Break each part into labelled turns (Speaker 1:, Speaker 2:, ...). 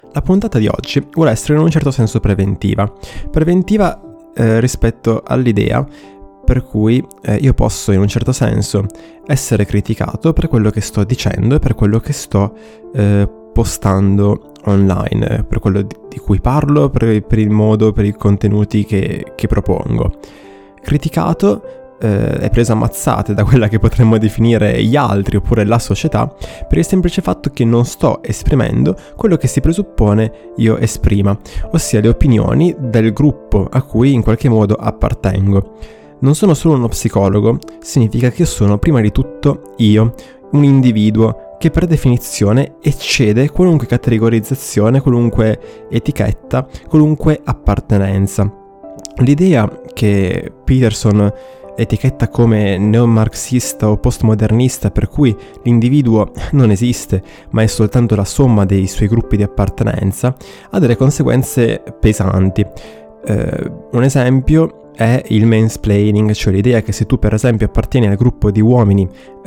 Speaker 1: La puntata di oggi vuole essere in un certo senso preventiva. Rispetto all'idea per cui io posso in un certo senso essere criticato per quello che sto dicendo e per quello che sto postando online, per quello di cui parlo, per il modo, per i contenuti che propongo. Criticato è preso a mazzate da quella che potremmo definire gli altri oppure la società, per il semplice fatto che non sto esprimendo quello che si presuppone io esprima, ossia le opinioni del gruppo a cui in qualche modo appartengo. Non sono solo uno psicologo, significa che sono prima di tutto io, un individuo che per definizione eccede qualunque categorizzazione, qualunque etichetta, qualunque appartenenza. L'idea che Peterson etichetta come neomarxista o postmodernista, per cui l'individuo non esiste ma è soltanto la somma dei suoi gruppi di appartenenza, ha delle conseguenze pesanti. Un esempio è il mansplaining, cioè l'idea che se tu per esempio appartieni al gruppo di uomini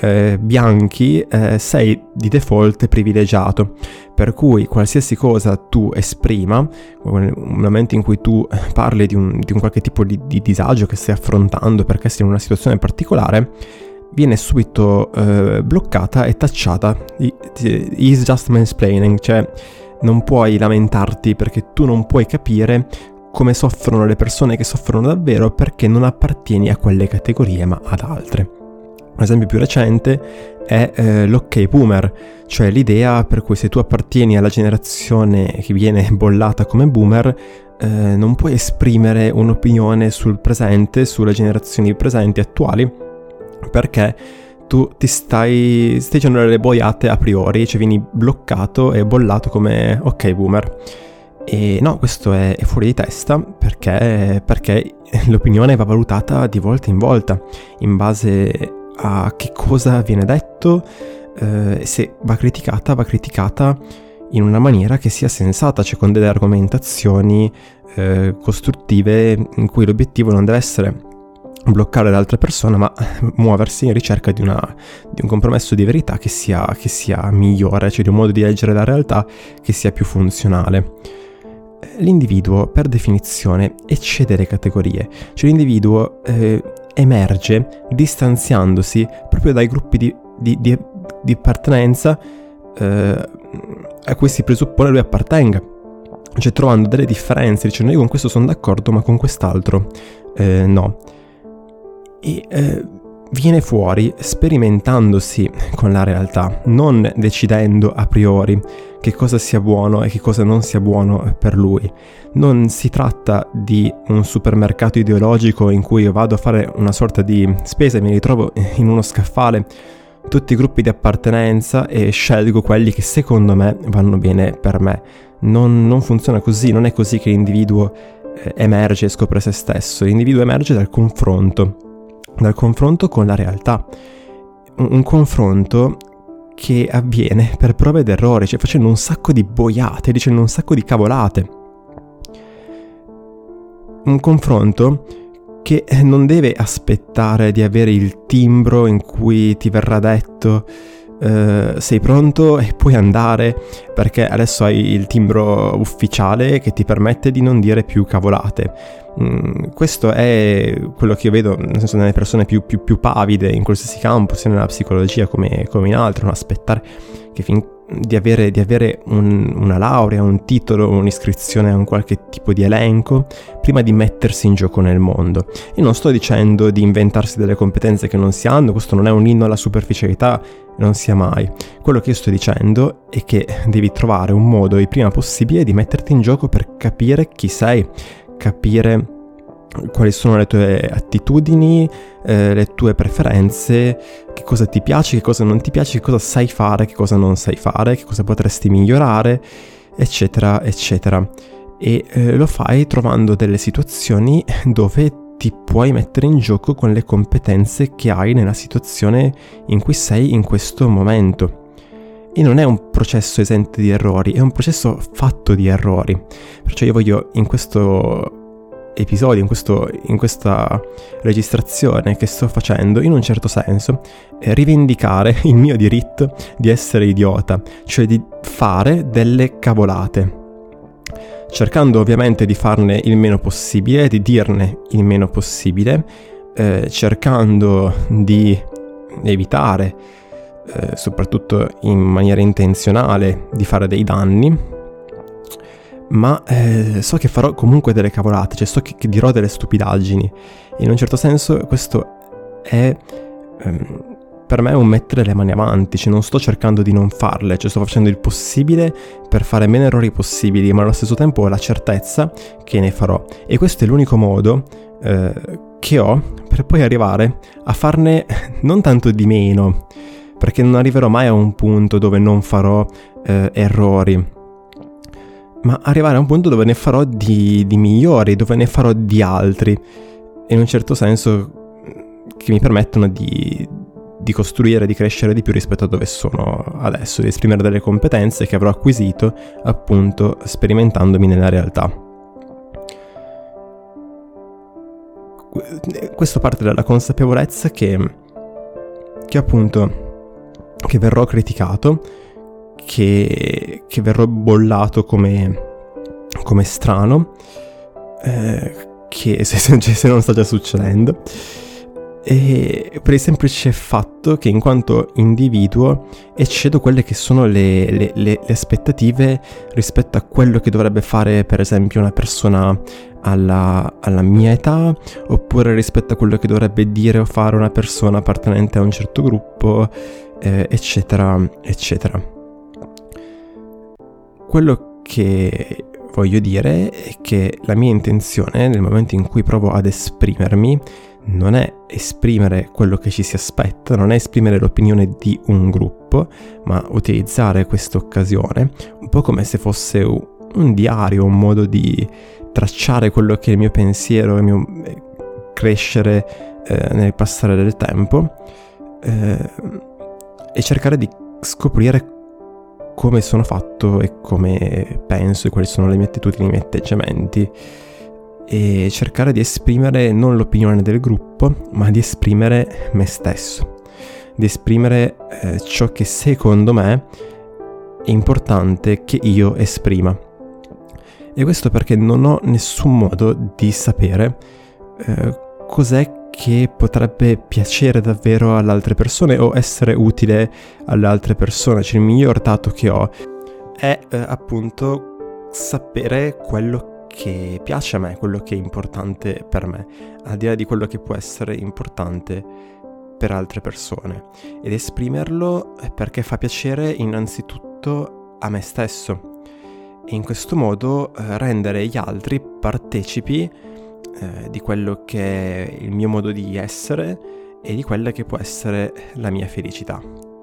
Speaker 1: bianchi sei di default privilegiato, per cui qualsiasi cosa tu esprima, nel momento in cui tu parli di un qualche tipo di disagio che stai affrontando perché sei in una situazione particolare, viene subito bloccata e tacciata is just mansplaining, cioè non puoi lamentarti perché tu non puoi capire come soffrono le persone che soffrono davvero perché non appartieni a quelle categorie ma ad altre. Un esempio più recente è l'ok boomer, cioè l'idea per cui se tu appartieni alla generazione che viene bollata come boomer non puoi esprimere un'opinione sul presente, sulle generazioni presenti attuali, perché tu ti stai dicendo delle boiate a priori, cioè vieni bloccato e bollato come ok boomer. E no, questo è fuori di testa perché l'opinione va valutata di volta in volta in base a che cosa viene detto, se va criticata in una maniera che sia sensata, cioè con delle argomentazioni costruttive in cui l'obiettivo non deve essere bloccare l'altra persona ma muoversi in ricerca di un compromesso di verità che sia migliore, cioè di un modo di leggere la realtà che sia più funzionale. L'individuo per definizione eccede le categorie, cioè l'individuo emerge distanziandosi proprio dai gruppi di appartenenza a cui si presuppone lui appartenga, cioè trovando delle differenze, dicendo io con questo sono d'accordo ma con quest'altro no, e viene fuori sperimentandosi con la realtà, non decidendo a priori che cosa sia buono e che cosa non sia buono per lui. Non si tratta di un supermercato ideologico in cui io vado a fare una sorta di spesa e mi ritrovo in uno scaffale tutti i gruppi di appartenenza e scelgo quelli che secondo me vanno bene per me. Non funziona così, non è così che l'individuo emerge e scopre se stesso. L'individuo emerge dal confronto con la realtà, un confronto che avviene per prove ed errori, cioè facendo un sacco di boiate, dicendo un sacco di cavolate. Un confronto che non deve aspettare di avere il timbro in cui ti verrà detto sei pronto e puoi andare, perché adesso hai il timbro ufficiale che ti permette di non dire più cavolate. Questo è quello che io vedo, nel senso, nelle persone più pavide in qualsiasi campo, sia nella psicologia come in altro, non aspettare che di avere una laurea, un titolo, un'iscrizione a un qualche tipo di elenco prima di mettersi in gioco nel mondo. Io non sto dicendo di inventarsi delle competenze che non si hanno, questo non è un inno alla superficialità, non sia mai. Quello che io sto dicendo è che devi trovare un modo il prima possibile di metterti in gioco per capire chi sei, capire quali sono le tue attitudini, le tue preferenze, che cosa ti piace, che cosa non ti piace, che cosa sai fare, che cosa non sai fare, che cosa potresti migliorare, eccetera, eccetera. E lo fai trovando delle situazioni dove ti puoi mettere in gioco con le competenze che hai nella situazione in cui sei in questo momento. E non è un processo esente di errori, è un processo fatto di errori. Perciò io voglio in questo episodio, in questa registrazione che sto facendo, in un certo senso, rivendicare il mio diritto di essere idiota, cioè di fare delle cavolate. cercando ovviamente di farne il meno possibile, di dirne il meno possibile, cercando di evitare, soprattutto in maniera intenzionale, di fare dei danni, ma so che farò comunque delle cavolate, cioè so che dirò delle stupidaggini, e in un certo senso questo è per me un mettere le mani avanti, cioè non sto cercando di non farle, cioè sto facendo il possibile per fare meno errori possibili, ma allo stesso tempo ho la certezza che ne farò, e questo è l'unico modo che ho per poi arrivare a farne non tanto di meno, perché non arriverò mai a un punto dove non farò errori, ma arrivare a un punto dove ne farò di migliori, dove ne farò di altri, in un certo senso che mi permettono di costruire, di crescere di più rispetto a dove sono adesso, di esprimere delle competenze che avrò acquisito appunto sperimentandomi nella realtà. Questo parte dalla consapevolezza che appunto che verrò criticato, che verrò bollato come strano, che se non sta già succedendo, e per il semplice fatto che in quanto individuo eccedo quelle che sono le aspettative rispetto a quello che dovrebbe fare per esempio una persona alla mia età, oppure rispetto a quello che dovrebbe dire o fare una persona appartenente a un certo gruppo, eccetera eccetera. Quello che voglio dire è che la mia intenzione nel momento in cui provo ad esprimermi non è esprimere quello che ci si aspetta, non è esprimere l'opinione di un gruppo, ma utilizzare questa occasione un po' come se fosse un diario, un modo di tracciare quello che è il mio pensiero, il mio crescere nel passare del tempo, e cercare di scoprire come sono fatto e come penso e quali sono le mie attitudini, i miei atteggiamenti, e cercare di esprimere non l'opinione del gruppo, ma di esprimere me stesso, di esprimere ciò che secondo me è importante che io esprima. E questo perché non ho nessun modo di sapere cos'è che potrebbe piacere davvero alle altre persone o essere utile alle altre persone. Cioè il miglior dato che ho è appunto sapere quello che piace a me, quello che è importante per me, al di là di quello che può essere importante per altre persone, ed esprimerlo perché fa piacere innanzitutto a me stesso, e in questo modo rendere gli altri partecipi di quello che è il mio modo di essere e di quella che può essere la mia felicità.